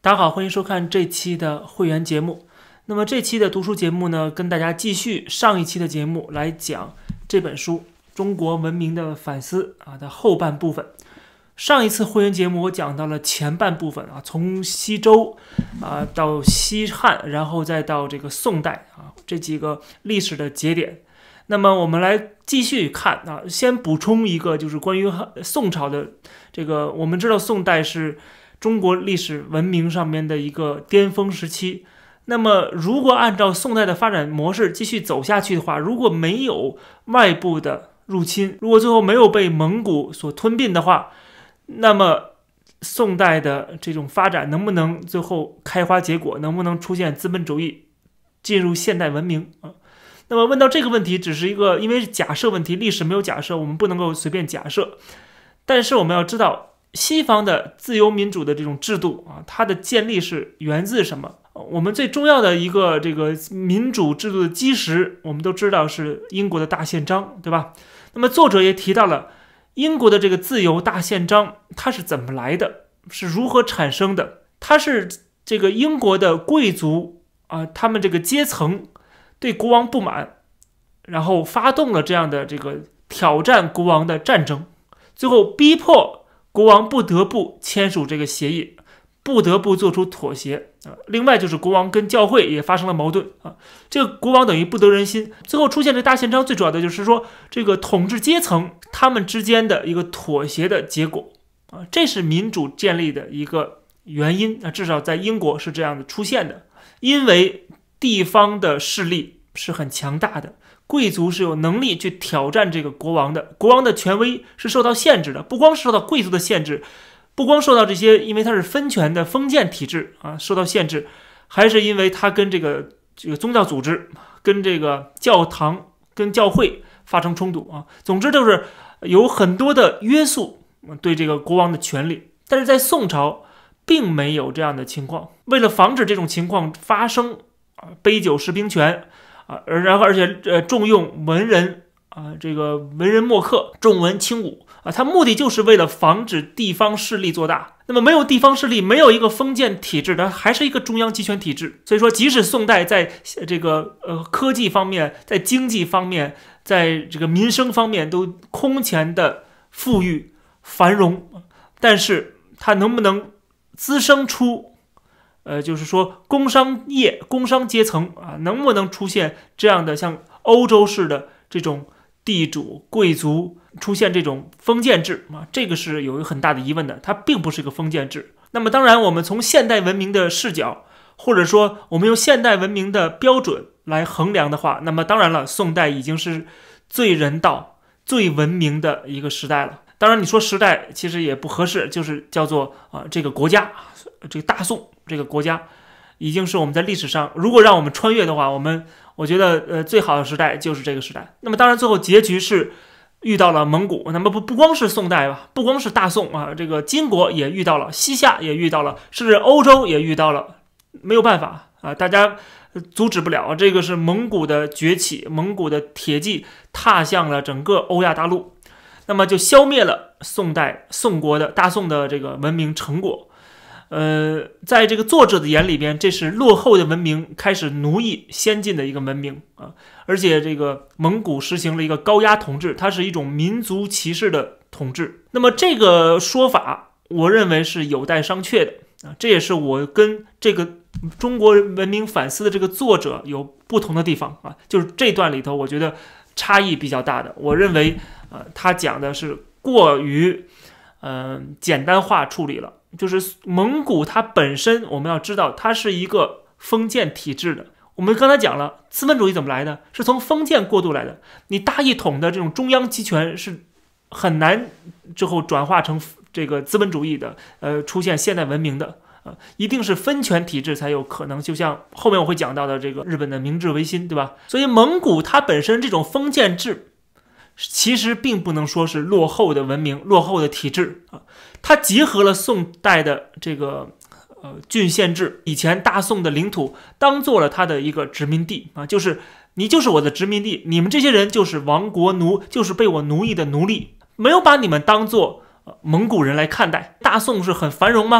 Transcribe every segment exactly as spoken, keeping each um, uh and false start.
大家好，欢迎收看这期的会员节目。那么这期的读书节目呢，跟大家继续上一期的节目来讲这本书《中国文明的反思》啊的后半部分。上一次会员节目我讲到了前半部分啊，从西周啊到西汉，然后再到这个宋代啊这几个历史的节点。那么我们来继续看啊，先补充一个，就是关于宋朝的这个，我们知道宋代是中国历史文明上面的一个巅峰时期。那么如果按照宋代的发展模式继续走下去的话，如果没有外部的入侵，如果最后没有被蒙古所吞并的话，那么宋代的这种发展能不能最后开花结果，能不能出现资本主义进入现代文明啊？那么问到这个问题，只是一个因为是假设问题，历史没有假设，我们不能够随便假设。但是我们要知道，西方的自由民主的这种制度啊，它的建立是源自什么？我们最重要的一个这个民主制度的基石，我们都知道是英国的大宪章，对吧？那么作者也提到了英国的这个自由大宪章，它是怎么来的，是如何产生的？它是这个英国的贵族啊，他们这个阶层对国王不满，然后发动了这样的这个挑战国王的战争，最后逼迫国王不得不签署这个协议，不得不做出妥协啊。另外就是国王跟教会也发生了矛盾啊，这个国王等于不得人心。最后出现这大宪章，最主要的就是说这个统治阶层他们之间的一个妥协的结果啊，这是民主建立的一个原因啊，至少在英国是这样的出现的。因为地方的势力是很强大的，贵族是有能力去挑战这个国王的，国王的权威是受到限制的，不光是受到贵族的限制，不光受到这些因为它是分权的封建体制啊受到限制，还是因为它跟这个这个宗教组织、跟这个教堂、跟教会发生冲突啊。总之就是有很多的约束对这个国王的权利。但是在宋朝并没有这样的情况，为了防止这种情况发生啊，杯酒释兵权啊，而然后而且呃重用文人啊，这个文人墨客，重文轻武啊，他目的就是为了防止地方势力做大。那么没有地方势力，没有一个封建体制的，还是一个中央集权体制。所以说，即使宋代在这个呃科技方面，在经济方面，在这个民生方面都空前的富裕繁荣，但是它能不能滋生出呃，就是说工商业、工商阶层啊，能不能出现这样的像欧洲式的这种地主、贵族出现这种封建制啊？这个是有一个很大的疑问的，它并不是一个封建制。那么当然，我们从现代文明的视角，或者说我们用现代文明的标准来衡量的话，那么当然了，宋代已经是最人道、最文明的一个时代了。当然，你说时代其实也不合适，就是叫做啊、呃，这个国家，这个大宋这个国家，已经是我们在历史上，如果让我们穿越的话，我们我觉得呃最好的时代就是这个时代。那么当然，最后结局是遇到了蒙古。那么不不光是宋代吧，不光是大宋啊，这个金国也遇到了，西夏也遇到了，甚至欧洲也遇到了，没有办法啊，大家阻止不了。这个是蒙古的崛起，蒙古的铁骑踏向了整个欧亚大陆。那么就消灭了宋代宋国的大宋的这个文明成果。呃，在这个作者的眼里边，这是落后的文明开始奴役先进的一个文明啊，而且这个蒙古实行了一个高压统治，它是一种民族歧视的统治。那么这个说法，我认为是有待商榷的啊，这也是我跟这个中国文明反思的这个作者有不同的地方啊，就是这段里头，我觉得差异比较大的。我认为呃，他讲的是过于呃简单化处理了。就是蒙古它本身，我们要知道它是一个封建体制的。我们刚才讲了，资本主义怎么来的？是从封建过渡来的。你大一统的这种中央集权是很难之后转化成这个资本主义的，呃，出现现代文明的。呃，一定是分权体制才有可能，就像后面我会讲到的这个日本的明治维新，对吧？所以蒙古它本身这种封建制，其实并不能说是落后的文明、落后的体制啊，它结合了宋代的这个呃郡县制，以前大宋的领土当做了它的一个殖民地啊，就是你就是我的殖民地，你们这些人就是亡国奴，就是被我奴役的奴隶，没有把你们当做、呃、蒙古人来看待。大宋是很繁荣吗？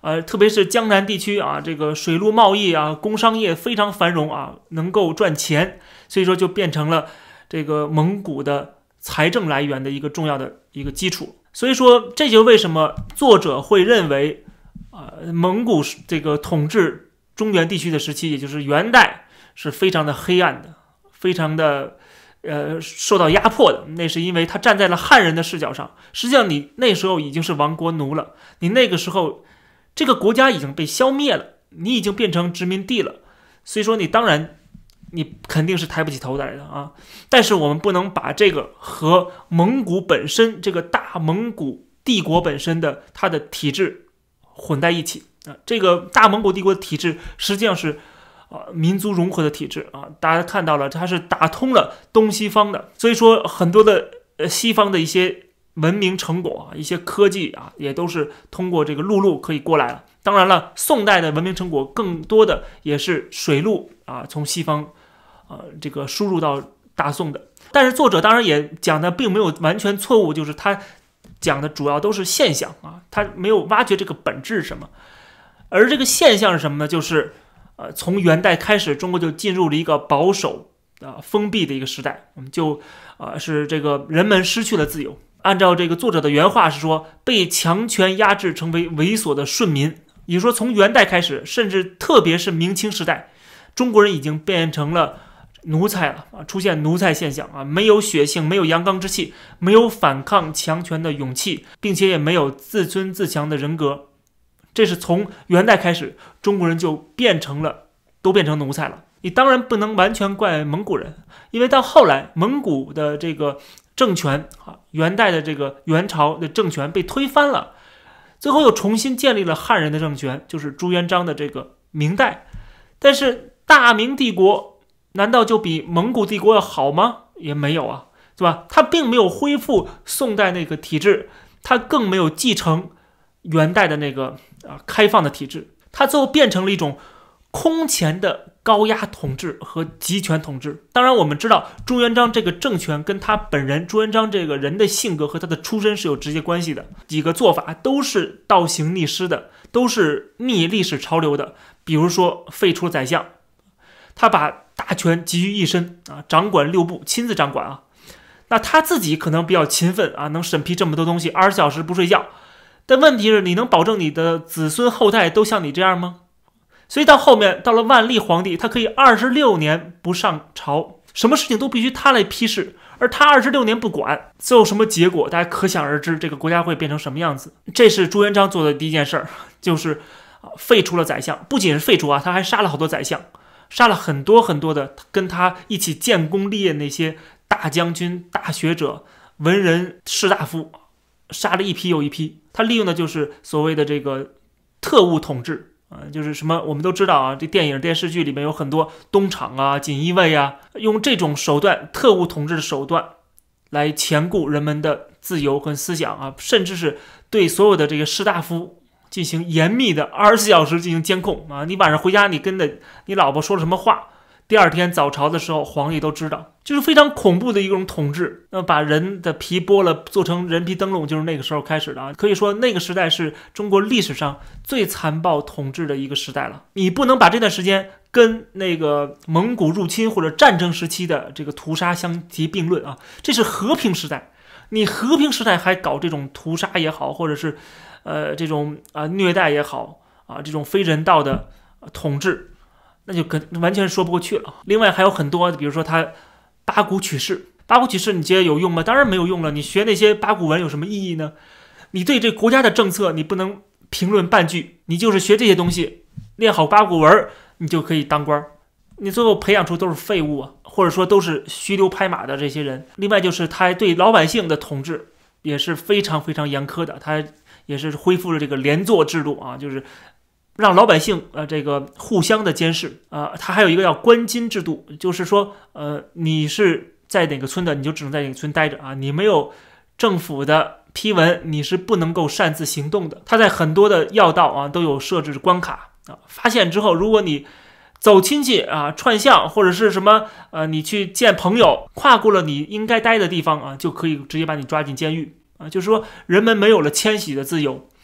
呃，特别是江南地区啊，这个水陆贸易啊，工商业非常繁荣啊，能够赚钱，所以说就变成了这个蒙古的财政来源的一个重要的一个基础。所以说，这就为什么作者会认为，呃，蒙古这个统治中原地区的时期，也就是元代，是非常的黑暗的，非常的。呃，受到压迫的，那是因为他站在了汉人的视角上。实际上，你那时候已经是亡国奴了，你那个时候，这个国家已经被消灭了，你已经变成殖民地了。所以说，你当然，你肯定是抬不起头来的啊。但是我们不能把这个和蒙古本身这个大蒙古帝国本身的它的体制混在一起啊。这个大蒙古帝国的体制实际上是。啊，民族融合的体制啊，大家看到了，它是打通了东西方的，所以说很多的呃西方的一些文明成果啊，一些科技啊，也都是通过这个陆路可以过来了。当然了，宋代的文明成果更多的也是水路啊，从西方呃这个输入到大宋的。但是作者当然也讲的并没有完全错误，就是他讲的主要都是现象啊，他没有挖掘这个本质是什么。而这个现象是什么呢？就是呃，从元代开始，中国就进入了一个保守、啊、呃、封闭的一个时代。我们就，呃，是这个人们失去了自由。按照这个作者的原话是说，被强权压制，成为猥琐的顺民。也就是说，从元代开始，甚至特别是明清时代，中国人已经变成了奴才了啊，出现奴才现象啊，没有血性，没有阳刚之气，没有反抗强权的勇气，并且也没有自尊自强的人格。这是从元代开始，中国人就变成了，都变成奴才了。你当然不能完全怪蒙古人，因为到后来蒙古的这个政权啊，元代的这个元朝的政权被推翻了，最后又重新建立了汉人的政权，就是朱元璋的这个明代。但是大明帝国难道就比蒙古帝国要好吗？也没有啊，对吧？它并没有恢复宋代那个体制，它更没有继承元代的那个啊开放的体制，它最后变成了一种空前的高压统治和集权统治。当然我们知道朱元璋这个政权跟他本人朱元璋这个人的性格和他的出身是有直接关系的，几个做法都是倒行逆施的，都是逆历史潮流的。比如说废除宰相，他把大权集于一身啊，掌管六部，亲自掌管啊。那他自己可能比较勤奋啊，能审批这么多东西，二十小时不睡觉。但问题是，你能保证你的子孙后代都像你这样吗？所以到后面，到了万历皇帝，他可以二十六年不上朝，什么事情都必须他来批示，而他二十六年不管，最后什么结果，大家可想而知，这个国家会变成什么样子。这是朱元璋做的第一件事儿，就是废除了宰相。不仅是废除啊，他还杀了好多宰相，杀了很多很多的跟他一起建功立业那些大将军、大学者、文人、士大夫，杀了一批又一批。他利用的就是所谓的这个特务统治啊，就是什么我们都知道啊，这电影电视剧里面有很多东厂啊、锦衣卫啊，用这种手段，特务统治的手段来钳固人们的自由和思想啊，甚至是对所有的这个士大夫进行严密的二十四小时进行监控啊。你晚上回家，你跟的你老婆说了什么话，第二天早朝的时候皇帝都知道，就是非常恐怖的一种统治。那把人的皮剥了做成人皮灯笼，就是那个时候开始的啊。可以说那个时代是中国历史上最残暴统治的一个时代了。你不能把这段时间跟那个蒙古入侵或者战争时期的这个屠杀相提并论啊，这是和平时代。你和平时代还搞这种屠杀也好，或者是呃这种啊、呃、虐待也好啊，这种非人道的、呃、统治，那就跟完全说不过去了。另外还有很多，比如说他八股取士，八股取士你觉得有用吗？当然没有用了。你学那些八股文有什么意义呢？你对这国家的政策你不能评论半句，你就是学这些东西，练好八股文，你就可以当官。你最后培养出都是废物啊，或者说都是虚溜拍马的这些人。另外就是他对老百姓的统治也是非常非常严苛的，他也是恢复了这个连坐制度啊，就是让老百姓呃这个互相的监视啊、呃。他还有一个叫官津制度，就是说呃你是在哪个村的，你就只能在哪个村待着啊，你没有政府的批文，你是不能够擅自行动的。他在很多的要道啊都有设置关卡啊，发现之后，如果你走亲戚啊、串巷或者是什么呃，你去见朋友，跨过了你应该待的地方啊，就可以直接把你抓进监狱啊。就是说，人们没有了迁徙的自由，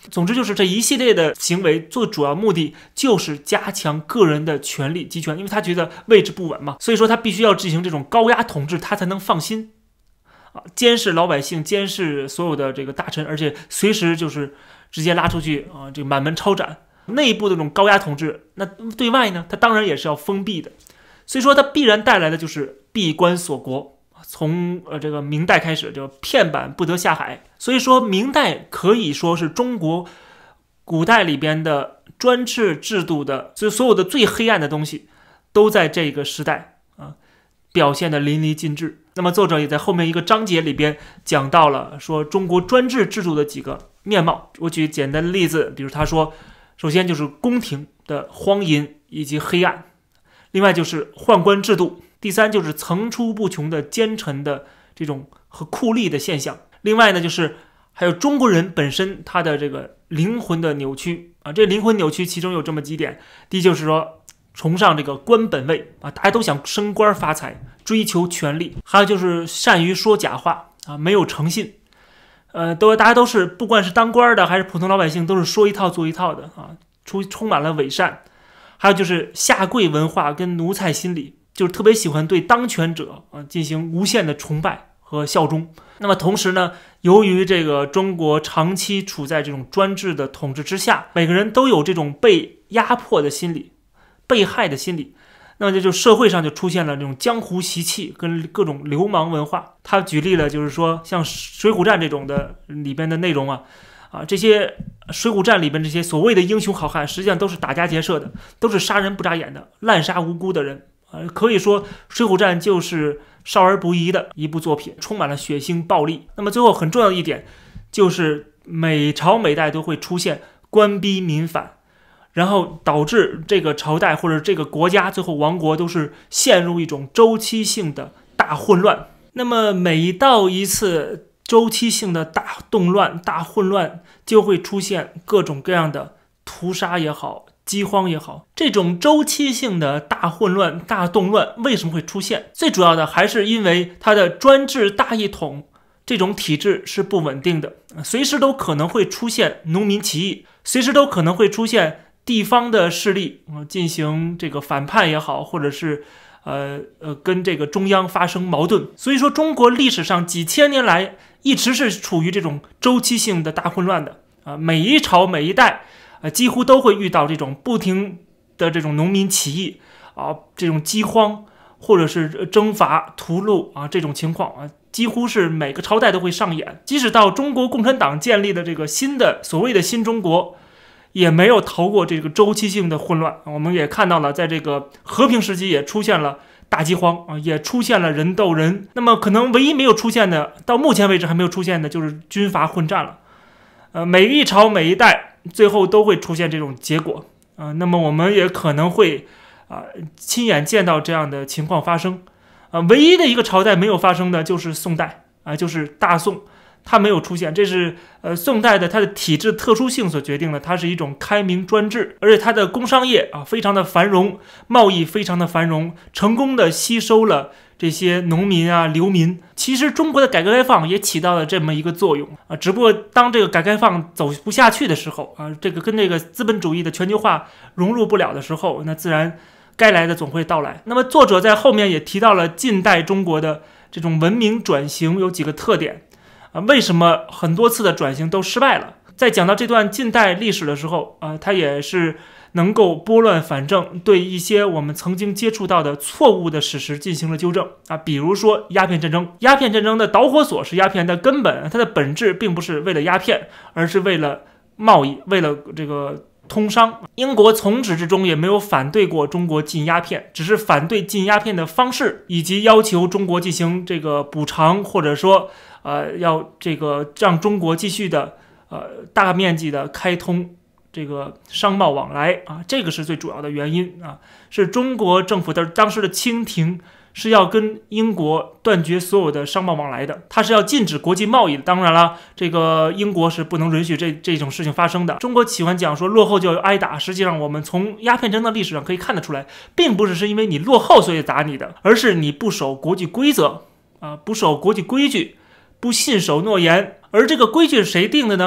总之就是这一系列的行为做主要目的就是加强个人的权力集权，因为他觉得位置不稳嘛，所以说他必须要进行这种高压统治，他才能放心啊，监视老百姓，监视所有的这个大臣，而且随时就是直接拉出去啊，这个满门抄斩。内部的这种高压统治，那对外呢，它当然也是要封闭的，所以说它必然带来的就是闭关锁国。从呃这个明代开始，就片板不得下海，所以说明代可以说是中国古代里边的专制制度的，所以所有的最黑暗的东西都在这个时代啊表现的淋漓尽致。那么作者也在后面一个章节里边讲到了说中国专制制度的几个面貌。我举简单的例子，比如他说，首先就是宫廷的荒淫以及黑暗，另外就是宦官制度，第三就是层出不穷的奸臣的这种和酷吏的现象，另外呢就是还有中国人本身他的这个灵魂的扭曲啊，这灵魂扭曲其中有这么几点，第一就是说崇尚这个官本位啊，大家都想升官发财，追求权力，还有就是善于说假话啊，没有诚信，呃，都大家都是不管是当官的还是普通老百姓，都是说一套做一套的啊，出充满了伪善，还有就是下跪文化跟奴才心理。就是特别喜欢对当权者啊进行无限的崇拜和效忠。那么同时呢，由于这个中国长期处在这种专制的统治之下，每个人都有这种被压迫的心理、被害的心理，那么这就社会上就出现了这种江湖习气跟各种流氓文化。他举例了，就是说像《水浒传》这种的里边的内容啊，啊这些《水浒传》里边这些所谓的英雄好汉，实际上都是打家劫舍的，都是杀人不眨眼的，滥杀无辜的人。呃，可以说《水浒传》就是少儿不宜的一部作品，充满了血腥暴力。那么最后很重要的一点，就是每朝每代都会出现官逼民反，然后导致这个朝代或者这个国家最后亡国都是陷入一种周期性的大混乱。那么每到一次周期性的大动乱、大混乱，就会出现各种各样的屠杀也好，饥荒也好，这种周期性的大混乱、大动乱为什么会出现？最主要的还是因为它的专制大一统这种体制是不稳定的，随时都可能会出现农民起义，随时都可能会出现地方的势力、呃、进行这个反叛也好，或者是呃呃跟这个中央发生矛盾。所以说中国历史上几千年来一直是处于这种周期性的大混乱的啊、呃，每一朝每一代啊，几乎都会遇到这种不停的这种农民起义啊，这种饥荒或者是征伐屠戮啊，这种情况啊，几乎是每个朝代都会上演。即使到中国共产党建立的这个新的所谓的新中国，也没有逃过这个周期性的混乱。我们也看到了，在这个和平时期也出现了大饥荒啊，也出现了人斗人。那么可能唯一没有出现的，到目前为止还没有出现的，就是军阀混战了。呃，每一朝每一代最后都会出现这种结果啊、呃，那么我们也可能会啊、呃、亲眼见到这样的情况发生啊、呃。唯一的一个朝代没有发生的就是宋代啊、呃，就是大宋，它没有出现，这是呃宋代的它的体制特殊性所决定的，它是一种开明专制，而且它的工商业啊非常的繁荣，贸易非常的繁荣，成功的吸收了这些农民啊、流民。其实中国的改革开放也起到了这么一个作用啊，只不过当这个改革开放走不下去的时候啊，这个跟这个资本主义的全球化融入不了的时候，那自然该来的总会到来。那么作者在后面也提到了近代中国的这种文明转型有几个特点啊，为什么很多次的转型都失败了？在讲到这段近代历史的时候啊，他也是能够拨乱反正，对一些我们曾经接触到的错误的史实进行了纠正啊。比如说鸦片战争，鸦片战争的导火索是鸦片的根本，它的本质并不是为了鸦片，而是为了贸易，为了这个通商。英国从始至终也没有反对过中国禁鸦片，只是反对禁鸦片的方式，以及要求中国进行这个补偿，或者说呃要这个让中国继续的呃大面积的开通这个商贸往来啊，这个是最主要的原因啊，是中国政府的当时的清廷是要跟英国断绝所有的商贸往来的，它是要禁止国际贸易的。当然了，这个英国是不能允许这这种事情发生的。中国喜欢讲说落后就要挨打，实际上我们从鸦片战争的历史上可以看得出来，并不是是因为你落后所以打你的，而是你不守国际规则啊，不守国际规矩，不信守诺言。而这个规矩是谁定的呢？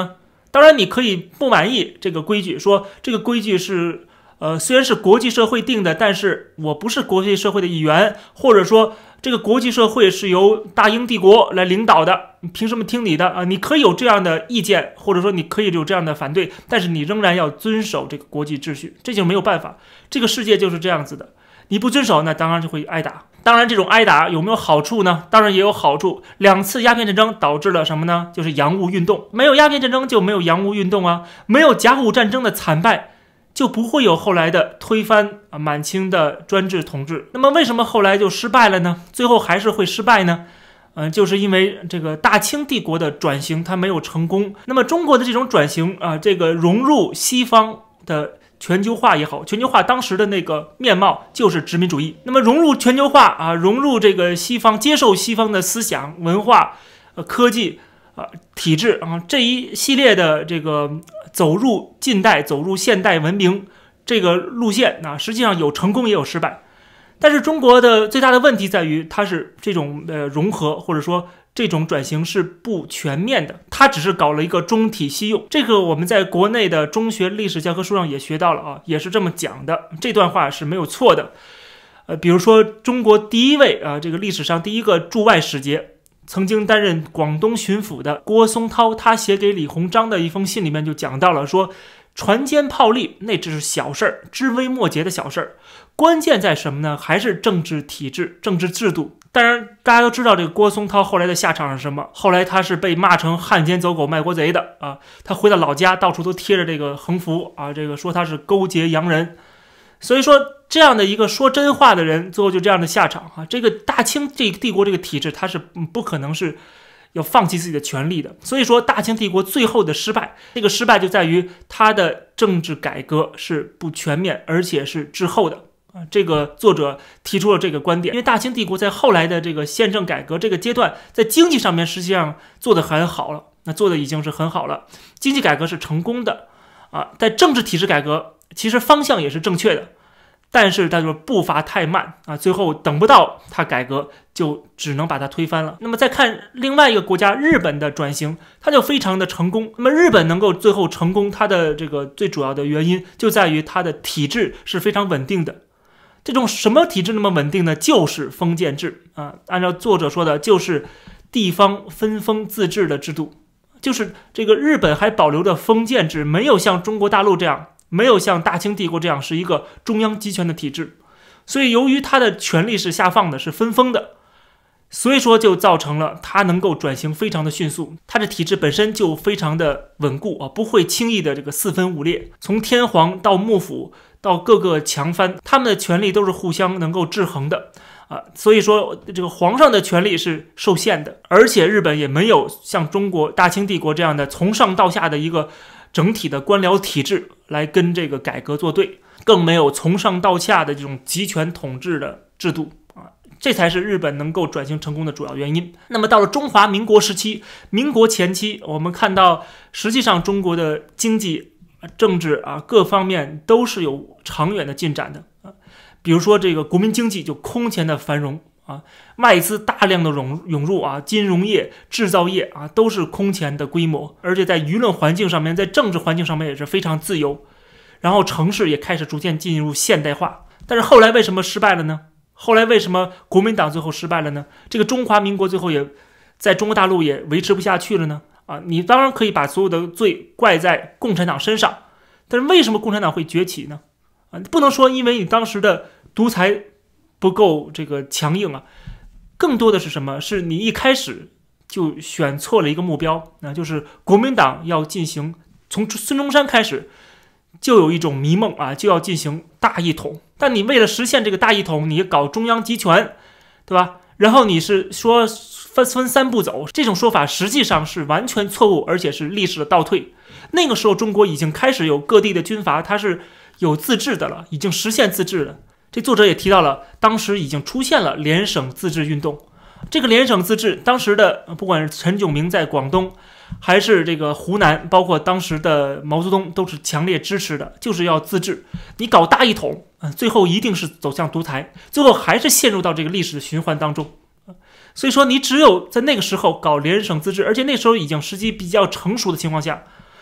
当然，你可以不满意这个规矩，说这个规矩是呃虽然是国际社会定的，但是我不是国际社会的一员，或者说这个国际社会是由大英帝国来领导的，你凭什么听你的啊？你可以有这样的意见，或者说你可以有这样的反对，但是你仍然要遵守这个国际秩序，这就没有办法，这个世界就是这样子的。你不遵守，那当然就会挨打。当然，这种挨打有没有好处呢？当然也有好处。两次鸦片战争导致了什么呢？就是洋务运动。没有鸦片战争就没有洋务运动啊，没有甲午战争的惨败，就不会有后来的推翻啊满清的专制统治。那么为什么后来就失败了呢？最后还是会失败呢？嗯、呃，就是因为这个大清帝国的转型它没有成功。那么中国的这种转型啊、呃，这个融入西方的全球化也好，全球化当时的那个面貌就是殖民主义。那么融入全球化啊，融入这个西方，接受西方的思想、文化、呃、科技啊、呃、体制啊这一系列的这个走入近代、走入现代文明这个路线啊，实际上有成功也有失败。但是中国的最大的问题在于，它是这种呃融合，或者说这种转型是不全面的，它只是搞了一个中体西用。这个我们在国内的中学历史教科书上也学到了啊，也是这么讲的。这段话是没有错的。呃，比如说中国第一位啊，这个历史上第一个驻外使节，曾经担任广东巡抚的郭松涛，他写给李鸿章的一封信里面就讲到了说，船坚炮利那只是小事儿，枝微末节的小事儿，关键在什么呢？还是政治体制、政治制度。当然，大家都知道这个郭松涛后来的下场是什么？后来他是被骂成汉奸走狗卖国贼的啊！他回到老家，到处都贴着这个横幅啊，这个说他是勾结洋人。所以说，这样的一个说真话的人，最后就这样的下场啊！这个大清这个帝国这个体制，它是不可能是要放弃自己的权利的。所以说，大清帝国最后的失败，这个失败就在于它的政治改革是不全面，而且是滞后的。啊，这个作者提出了这个观点，因为大清帝国在后来的这个宪政改革这个阶段，在经济上面实际上做得很好了，那做的已经是很好了，经济改革是成功的啊，在政治体制改革其实方向也是正确的，但是它就是步伐太慢啊，最后等不到它改革，就只能把它推翻了。那么再看另外一个国家日本的转型，它就非常的成功。那么日本能够最后成功，它的这个最主要的原因就在于它的体制是非常稳定的。这种什么体制那么稳定呢？就是封建制啊，按照作者说的，就是地方分封自治的制度，就是这个日本还保留着封建制，没有像中国大陆这样，没有像大清帝国这样是一个中央集权的体制，所以由于它的权力是下放的，是分封的，所以说就造成了它能够转型非常的迅速，它的体制本身就非常的稳固啊，不会轻易的这个四分五裂，从天皇到幕府到各个强藩，他们的权力都是互相能够制衡的啊，所以说这个皇上的权力是受限的，而且日本也没有像中国大清帝国这样的从上到下的一个整体的官僚体制来跟这个改革作对，更没有从上到下的这种集权统治的制度啊，这才是日本能够转型成功的主要原因。那么到了中华民国时期，民国前期，我们看到实际上中国的经济政治啊，各方面都是有长远的进展的啊。比如说这个国民经济就空前的繁荣啊，外资大量的涌涌入啊，金融业、制造业啊都是空前的规模，而且在舆论环境上面，在政治环境上面也是非常自由。然后城市也开始逐渐进入现代化。但是后来为什么失败了呢？后来为什么国民党最后失败了呢？这个中华民国最后也在中国大陆也维持不下去了呢？啊，你当然可以把所有的罪怪在共产党身上，但是为什么共产党会崛起呢？啊，不能说因为你当时的独裁不够这个强硬啊，更多的是什么？是你一开始就选错了一个目标，那就是国民党要进行从孙中山开始就有一种迷梦啊，就要进行大一统。但你为了实现这个大一统，你搞中央集权，对吧？然后你是说分分三步走，这种说法实际上是完全错误，而且是历史的倒退。那个时候中国已经开始有各地的军阀，它是有自治的了，已经实现自治了。这作者也提到了，当时已经出现了联省自治运动。这个联省自治，当时的不管是陈炯明在广东，还是这个湖南，包括当时的毛泽东都是强烈支持的，就是要自治。你搞大一统，最后一定是走向独裁，最后还是陷入到这个历史循环当中。所以说你只有在那个时候搞联省自治，而且那时候已经时机比较成熟的情况下，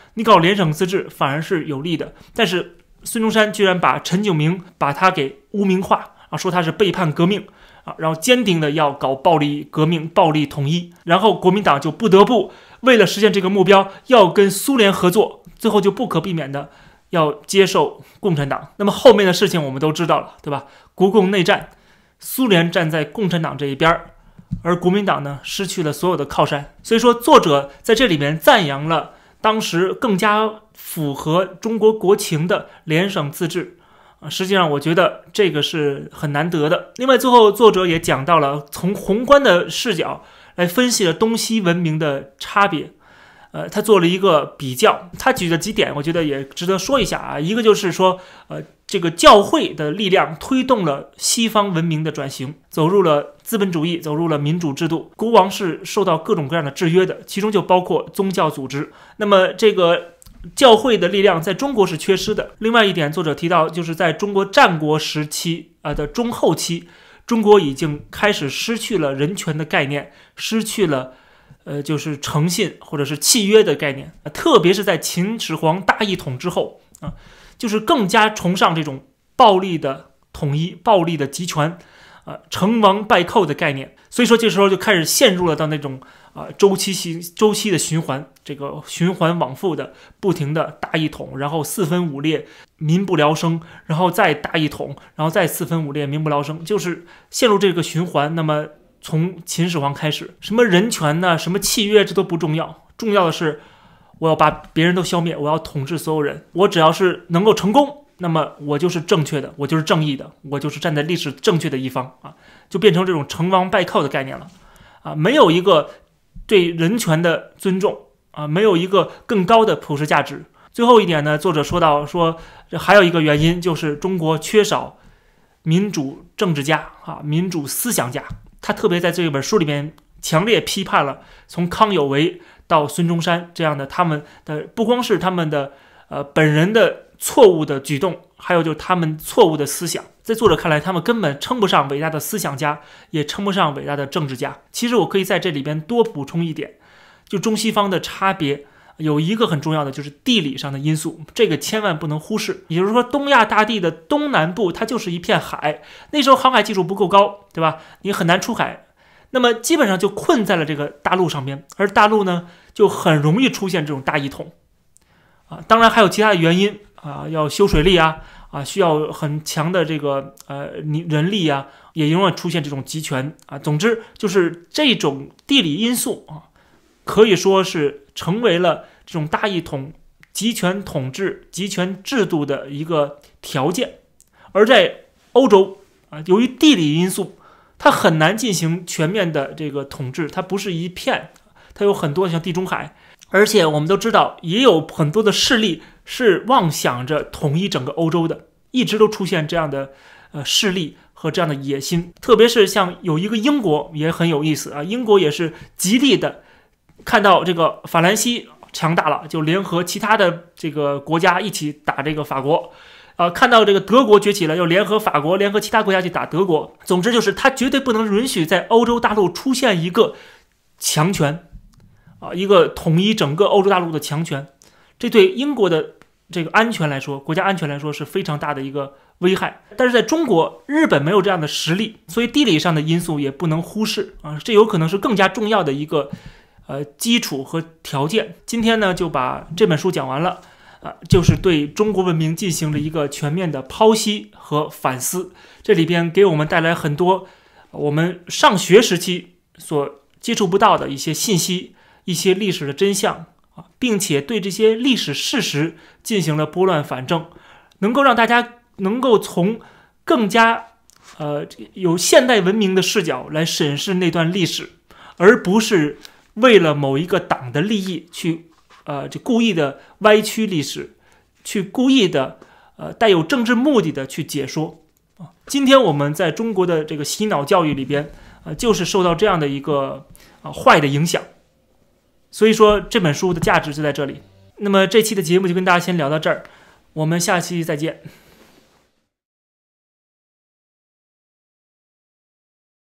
你搞联省自治反而是有利的。但是孙中山居然把陈炯明把他给污名化啊，说他是背叛革命啊，然后坚定的要搞暴力革命、暴力统一，然后国民党就不得不为了实现这个目标，要跟苏联合作，最后就不可避免的要接受共产党。那么后面的事情我们都知道了，对吧？国共内战，苏联站在共产党这一边，而国民党呢失去了所有的靠山。所以说，作者在这里面赞扬了当时更加符合中国国情的联省自治。实际上我觉得这个是很难得的。另外最后作者也讲到了从宏观的视角来分析了东西文明的差别，呃，他做了一个比较，他举的几点我觉得也值得说一下啊。一个就是说呃，这个教会的力量推动了西方文明的转型，走入了资本主义，走入了民主制度，国王是受到各种各样的制约的，其中就包括宗教组织。那么这个教会的力量在中国是缺失的。另外一点，作者提到，就是在中国战国时期啊、呃、的中后期，中国已经开始失去了人权的概念，失去了呃就是诚信或者是契约的概念，特别是在秦始皇大一统之后啊，就是更加崇尚这种暴力的统一、暴力的集权，啊、呃，成王败寇的概念。所以说，这时候就开始陷入了到那种啊、呃、周期性周期的循环，这个循环往复的，不停的大一统，然后四分五裂，民不聊生，然后再大一统，然后再四分五裂，民不聊生，就是陷入这个循环。那么从秦始皇开始，什么人权呢，什么契约，这都不重要，重要的是我要把别人都消灭，我要统治所有人，我只要是能够成功，那么我就是正确的，我就是正义的，我就是站在历史正确的一方啊，就变成这种成王败寇的概念了啊，没有一个对人权的尊重啊，没有一个更高的普世价值。最后一点呢，作者说到说还有一个原因就是中国缺少民主政治家啊，民主思想家。他特别在这本书里面强烈批判了从康有为到孙中山这样的他们的，不光是他们的呃本人的错误的举动，还有就是他们错误的思想。在作者看来，他们根本称不上伟大的思想家，也称不上伟大的政治家。其实我可以在这里边多补充一点，就中西方的差别有一个很重要的，就是地理上的因素，这个千万不能忽视。也就是说，东亚大地的东南部它就是一片海，那时候航海技术不够高，对吧？你很难出海，那么基本上就困在了这个大陆上边，而大陆呢就很容易出现这种大一统啊。当然还有其他的原因啊，要修水利啊啊，需要很强的这个呃人力啊，也永远出现这种集权啊。总之就是这种地理因素啊，可以说是成为了这种大一统、集权统治、集权制度的一个条件。而在欧洲啊，由于地理因素，它很难进行全面的这个统治，它不是一片，它有很多像地中海，而且我们都知道，也有很多的势力是妄想着统一整个欧洲的，一直都出现这样的呃势力和这样的野心。特别是像有一个英国也很有意思啊，英国也是极力的看到这个法兰西强大了，就联合其他的这个国家一起打这个法国。啊，看到这个德国崛起了，又联合法国，联合其他国家去打德国。总之就是，他绝对不能允许在欧洲大陆出现一个强权，啊，一个统一整个欧洲大陆的强权。这对英国的这个安全来说，国家安全来说是非常大的一个危害。但是在中国，日本没有这样的实力，所以地理上的因素也不能忽视啊，这有可能是更加重要的一个呃基础和条件。今天呢，就把这本书讲完了。啊，就是对中国文明进行了一个全面的剖析和反思，这里边给我们带来很多我们上学时期所接触不到的一些信息，一些历史的真相啊，并且对这些历史事实进行了拨乱反正，能够让大家能够从更加呃有现代文明的视角来审视那段历史，而不是为了某一个党的利益去。呃，就故意的歪曲历史，去故意的呃带有政治目的的去解说啊。今天我们在中国的这个洗脑教育里边，呃，就是受到这样的一个啊、呃、坏的影响。所以说这本书的价值就在这里。那么这期的节目就跟大家先聊到这儿，我们下期再见。